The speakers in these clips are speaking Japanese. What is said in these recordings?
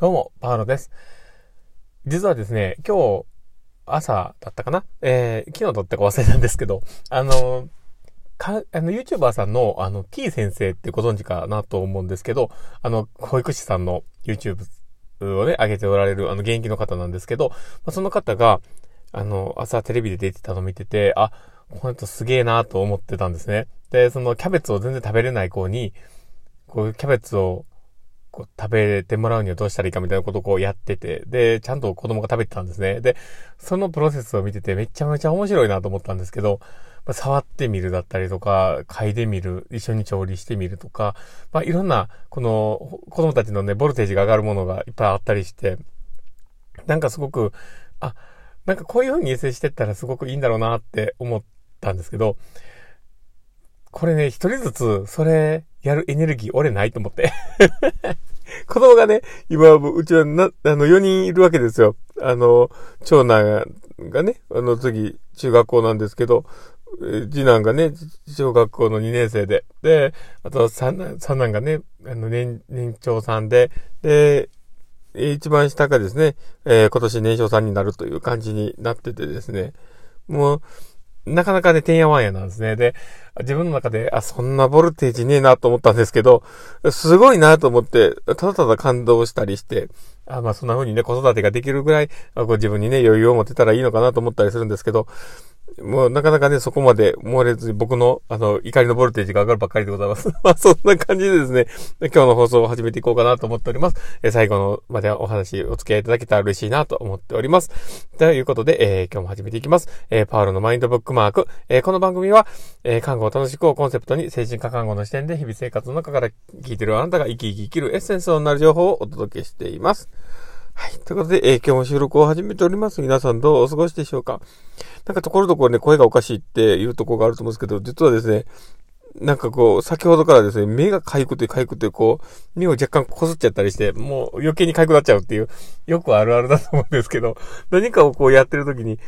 どうも、パウロです。実はですね、今日、朝だったかな昨日撮ったか忘れたんですけど、YouTuber さんの、T 先生ってご存知かなと思うんですけど、保育士さんの YouTube をね、上げておられる、現役の方なんですけど、その方が、朝テレビで出てたのを見てて、この人すげえなと思ってたんですね。で、そのキャベツを全然食べれない子に、こう、キャベツを、食べてもらうにはどうしたらいいかみたいなことをやってて、で、ちゃんと子供が食べてたんですね。で、そのプロセスを見ててめちゃめちゃ面白いなと思ったんですけど、触ってみるだったりとか、嗅いでみる、一緒に調理してみるとか、いろんな、この子供たちのね、ボルテージが上がるものがいっぱいあったりして、なんかすごく、なんかこういう風に接してったらすごくいいんだろうなって思ったんですけど、これね、一人ずつ、それ、やるエネルギー、俺ないと思って。子供がね、今、うちは4人いるわけですよ。長男がね、次、中学校なんですけど、次男がね、小学校の2年生で、で、あと三男がね、年長さんで、で、一番下がですね、今年年少さんになるという感じになっててですね、もう、なかなかね、てんやわんやなんですね。で、自分の中で、そんなボルテージねえなと思ったんですけど、すごいなと思って、ただただ感動したりして、そんな風にね、子育てができるぐらい、自分にね、余裕を持てたらいいのかなと思ったりするんですけど、もうなかなかね、そこまで猛烈に僕の、怒りのボルテージが上がるばっかりでございます。そんな感じでですね、今日の放送を始めていこうかなと思っております。最後のまでお話お付き合いいただけたら嬉しいなと思っております。ということで、今日も始めていきます。パウロのマインドブックマーク。この番組は、看護を楽しくをコンセプトに精神科看護の視点で日々生活の中から聞いているあなたが生き生きるエッセンスとなる情報をお届けしています。はい。ということで、今日も収録を始めております。皆さんどうお過ごしでしょうか？なんかところどころね、声がおかしいっていうところがあると思うんですけど、実はですね、なんか先ほどからですね、目が痒くて、目を若干こすっちゃったりして、もう余計に痒くなっちゃうっていう、よくあるあるだと思うんですけど、何かをやってるときに、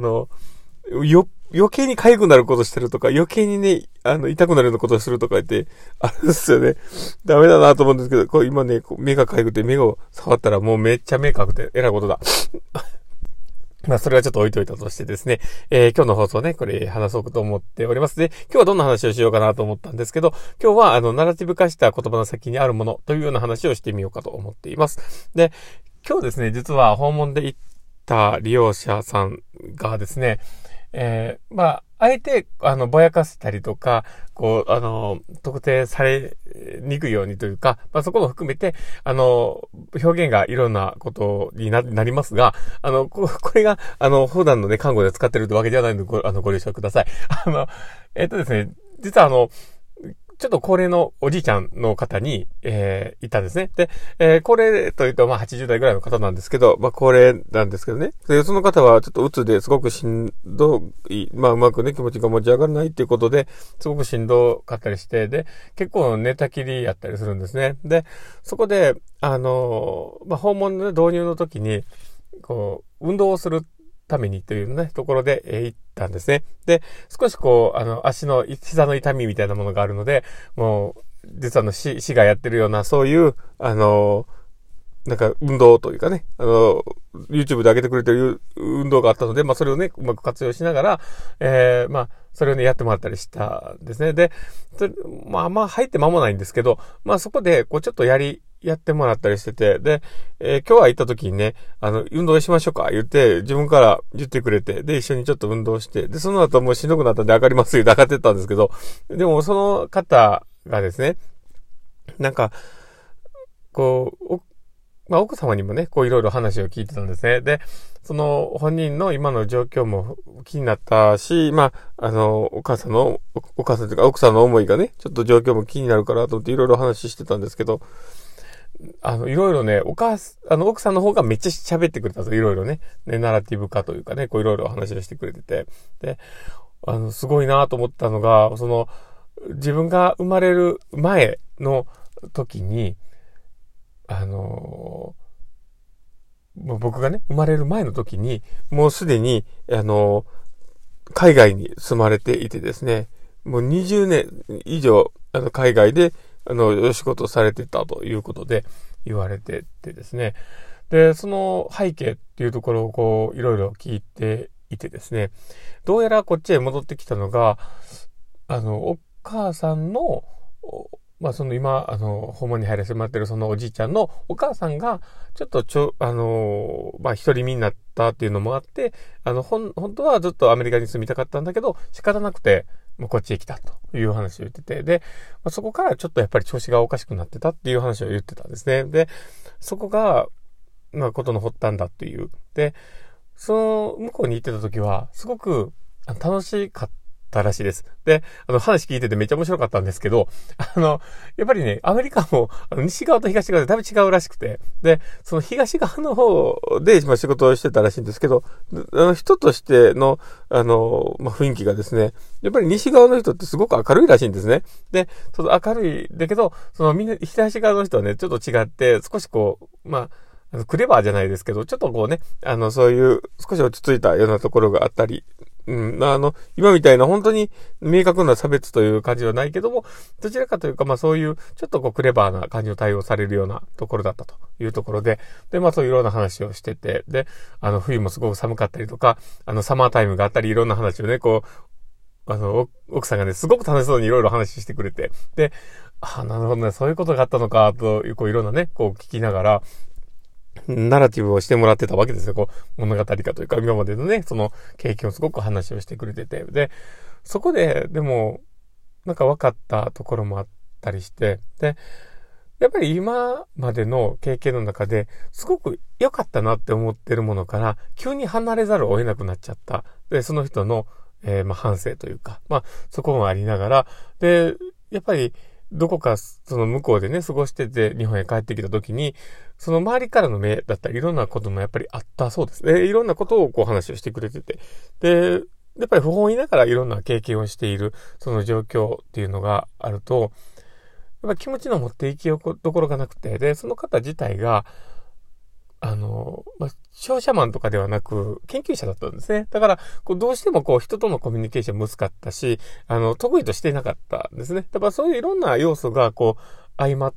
余計に痒くなることしてるとか、余計にね、痛くなるようなことをするとか言って、あるんですよね。ダメだなと思うんですけど、今ね、目が痒くて、目を触ったらもうめっちゃ目かくて、えらいことだ。それはちょっと置いといたとしてですね、今日の放送ね、これ話そうと思っております。で、今日はどんな話をしようかなと思ったんですけど、今日はナラティブ化した言葉の先にあるものというような話をしてみようかと思っています。で、今日ですね、実は訪問で行った利用者さんがですね、あえて、ぼやかしたりとか、特定されにくいようにというか、そこも含めて、表現がいろんなことになりますが、これが、普段のね、看護で使ってるってわけではないので、ご了承ください。ですね、実はちょっと高齢のおじいちゃんの方に、いたんですね。で、高齢というと、80代ぐらいの方なんですけど、高齢なんですけどね。で、その方はちょっと鬱ですごくしんどい、うまくね、気持ちが持ち上がらないっていうことで、すごくしんどかったりして、で、結構寝たきりやったりするんですね。で、そこで、訪問の導入の時に、運動をするためにというね、ところで、行ったんですね。で、少し膝の痛みみたいなものがあるので、もう、実は市がやってるような、そういう、なんか運動というかね、YouTube で上げてくれてる運動があったので、それをね、うまく活用しながら、それをね、やってもらったりしたんですね。で、入って間もないんですけど、そこで、ちょっとやってもらったりしてて、で、今日は行った時にね、運動しましょうか言って、自分から言ってくれて、で、一緒にちょっと運動して、で、その後もうしんどくなったんで上がりますよ、上がってったんですけど、でもその方がですね、なんか、奥様にもね、いろいろ話を聞いてたんですね。で、その本人の今の状況も気になったし、お母さんというか奥さんの思いがね、ちょっと状況も気になるからと思っていろいろ話してたんですけど、いろいろね、奥さんの方がめっちゃ喋ってくれたんですよ。いろいろね。ナラティブ化というかね、いろいろ話をしてくれてて。で、すごいなと思ったのが、自分が生まれる前の時に、僕がね、生まれる前の時に、もうすでに、海外に住まれていてですね、もう20年以上、海外で、お仕事されてたということで、 言われててですね。で、その背景っていうところをこう、いろいろ聞いていてですね、どうやらこっちへ戻ってきたのが、お母さんの、その今、訪問に入らせてもらってるそのおじいちゃんのお母さんが、ちょっと一人身になったっていうのもあって、本当はずっとアメリカに住みたかったんだけど、仕方なくて、もうこっちへ来たという話を言ってて、で、そこからちょっとやっぱり調子がおかしくなってたっていう話を言ってたんですね。で、そこが、ことの発端だっていう。で、その、向こうに行ってた時は、すごく楽しかったらしいです。で、話聞いててめっちゃ面白かったんですけど、やっぱりね、アメリカも、西側と東側でだいぶ違うらしくて、で、その東側の方で、仕事をしてたらしいんですけど、人としての、雰囲気がですね、やっぱり西側の人ってすごく明るいらしいんですね。で、その明るい、だけど、みんな、東側の人はね、ちょっと違って、少しこう、クレバーじゃないですけど、ちょっとこうね、そういう少し落ち着いたようなところがあったり、今みたいな本当に明確な差別という感じはないけども、どちらかというか、そういう、ちょっとこうクレバーな感じの対応されるようなところだったというところで、で、そういういろんな話をしてて、で、冬もすごく寒かったりとか、サマータイムがあったり、いろんな話をね、こう、奥さんがね、すごく楽しそうにいろいろ話してくれて、で、なるほどね、そういうことがあったのか、という、こういろんなね、こう聞きながら、ナラティブをしてもらってたわけですよ。こう、物語かというか、今までのね、その経験をすごく話をしてくれてて。で、そこで、でも、分かったところもあったりして、で、やっぱり今までの経験の中で、すごく良かったなって思ってるものから、急に離れざるを得なくなっちゃった。で、その人の、反省というか、そこもありながら、で、やっぱり、どこかその向こうでね、過ごしてて日本へ帰ってきた時に、その周りからの目だったりいろんなこともやっぱりあったそうですね。いろんなことをこう話をしてくれてて。で、やっぱり不本意ながらいろんな経験をしているその状況っていうのがあると、やっぱ気持ちの持っていきようどころがなくて、で、その方自体が、商社マンとかではなく、研究者だったんですね。だから、どうしても人とのコミュニケーション難かったし、得意としていなかったんですね。だからそういういろんな要素が相まって、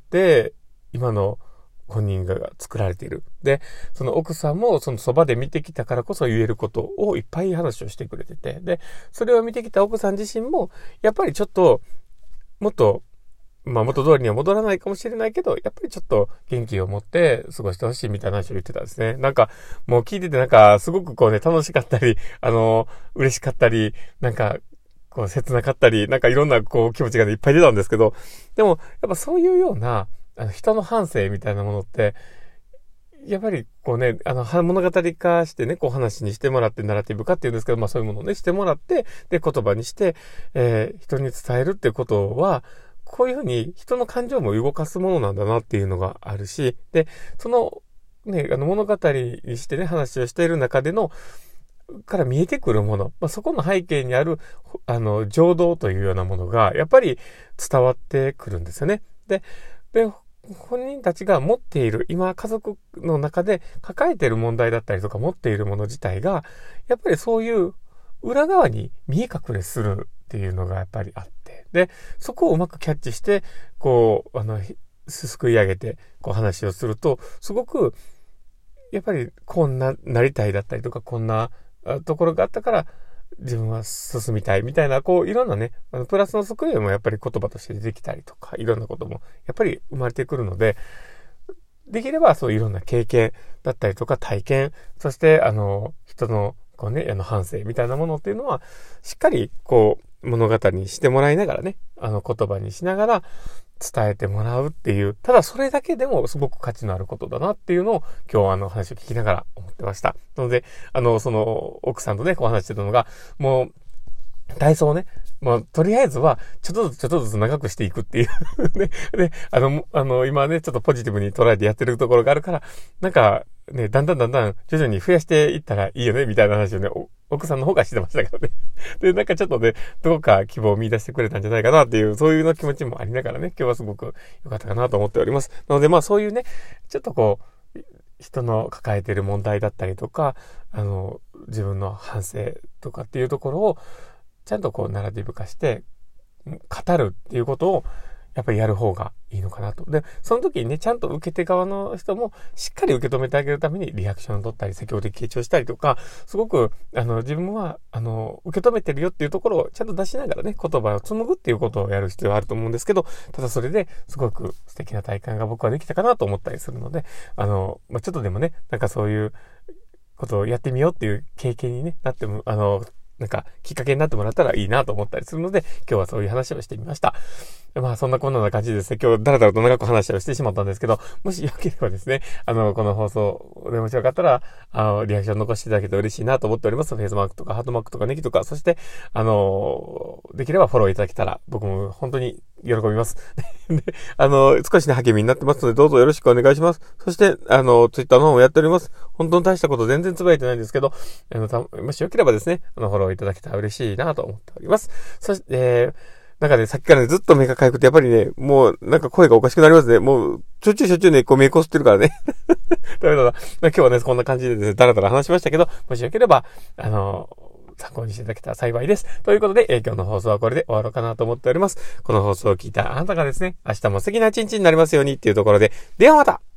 今の本人が作られている。で、その奥さんもそのそばで見てきたからこそ言えることをいっぱい話をしてくれてて、で、それを見てきた奥さん自身も、やっぱりちょっと、もっと、元通りには戻らないかもしれないけど、やっぱりちょっと元気を持って過ごしてほしいみたいな話を言ってたんですね。もう聞いててすごく楽しかったり、嬉しかったり、切なかったり、いろんな気持ちがいっぱい出たんですけど、でも、やっぱそういうような、人の反省みたいなものって、やっぱり物語化してね、話にしてもらって、ナラティブ化っていうんですけど、そういうものをね、してもらって、で、言葉にして、人に伝えるってことは、こういうふうに人の感情も動かすものなんだなっていうのがあるし、で、そのね、物語にしてね、話をしている中での、から見えてくるもの、そこの背景にある、情動というようなものが、やっぱり伝わってくるんですよね。で、本人たちが持っている、今家族の中で抱えている問題だったりとか持っているもの自体が、やっぱりそういう裏側に見え隠れするっていうのがやっぱりあって、で、そこをうまくキャッチして、すくい上げて、話をすると、すごく、やっぱりこんななりたいだったりとか、こんなところがあったから、自分は進みたいみたいな、いろんなね、プラスの側面もやっぱり言葉として出てきたりとか、いろんなこともやっぱり生まれてくるので、できればそういろんな経験だったりとか体験、そして人の反省みたいなものっていうのは、しっかり物語にしてもらいながらね、言葉にしながら伝えてもらうっていう、ただそれだけでもすごく価値のあることだなっていうのを今日話を聞きながら思ってました。なので、その奥さんとね、話してたのが、もう、体操をね、とりあえずは、ちょっとずつ長くしていくっていうね。で、今ね、ちょっとポジティブに捉えてやってるところがあるから、ね、だんだん徐々に増やしていったらいいよね、みたいな話をね、奥さんの方がしてましたからね。で、ちょっとね、どこか希望を見出してくれたんじゃないかなっていう、そういうの気持ちもありながらね、今日はすごく良かったかなと思っております。なので、そういうね、ちょっと人の抱えている問題だったりとか、自分の反省とかっていうところを、ちゃんとナラティブ化して、語るっていうことをやっぱりやる方がいいのかなと。で、その時にね、ちゃんと受け手側の人もしっかり受け止めてあげるためにリアクションを取ったり、積極的傾聴したりとか、すごく、自分は、受け止めてるよっていうところをちゃんと出しながらね、言葉を紡ぐっていうことをやる必要はあると思うんですけど、ただそれですごく素敵な体感が僕はできたかなと思ったりするので、ちょっとでもね、なんかそういうことをやってみようっていう経験にね、なっても、なんか、きっかけになってもらったらいいなと思ったりするので、今日はそういう話をしてみました。まあ、そんなこんな感じでですね、今日だらだらと長く話をしてしまったんですけど、もしよければですね、この放送で面白かったら、リアクション残していただけると嬉しいなと思っております。フェイスマークとかハートマークとかネギとか、そして、できればフォローいただけたら、僕も本当に喜びます。で、少しね、励みになってますので、どうぞよろしくお願いします。そして、ツイッターの方もやっております。本当に大したこと全然つぶやいてないんですけど、もしよければですね、フォローいただけたら嬉しいなと思っております。そして、なんかね、さっきからね、ずっと目がかゆくて、やっぱりね、もう、なんか声がおかしくなりますね。もう、しょっちゅうね、こう、目こすってるからね。ダメだな。今日はね、こんな感じでですね、だらだら話しましたけど、もしよければ、参考にしていただけたら幸いです。ということで、今日の放送はこれで終わろうかなと思っております。この放送を聞いたあなたがですね、明日も素敵な一日になりますようにっていうところで、ではまた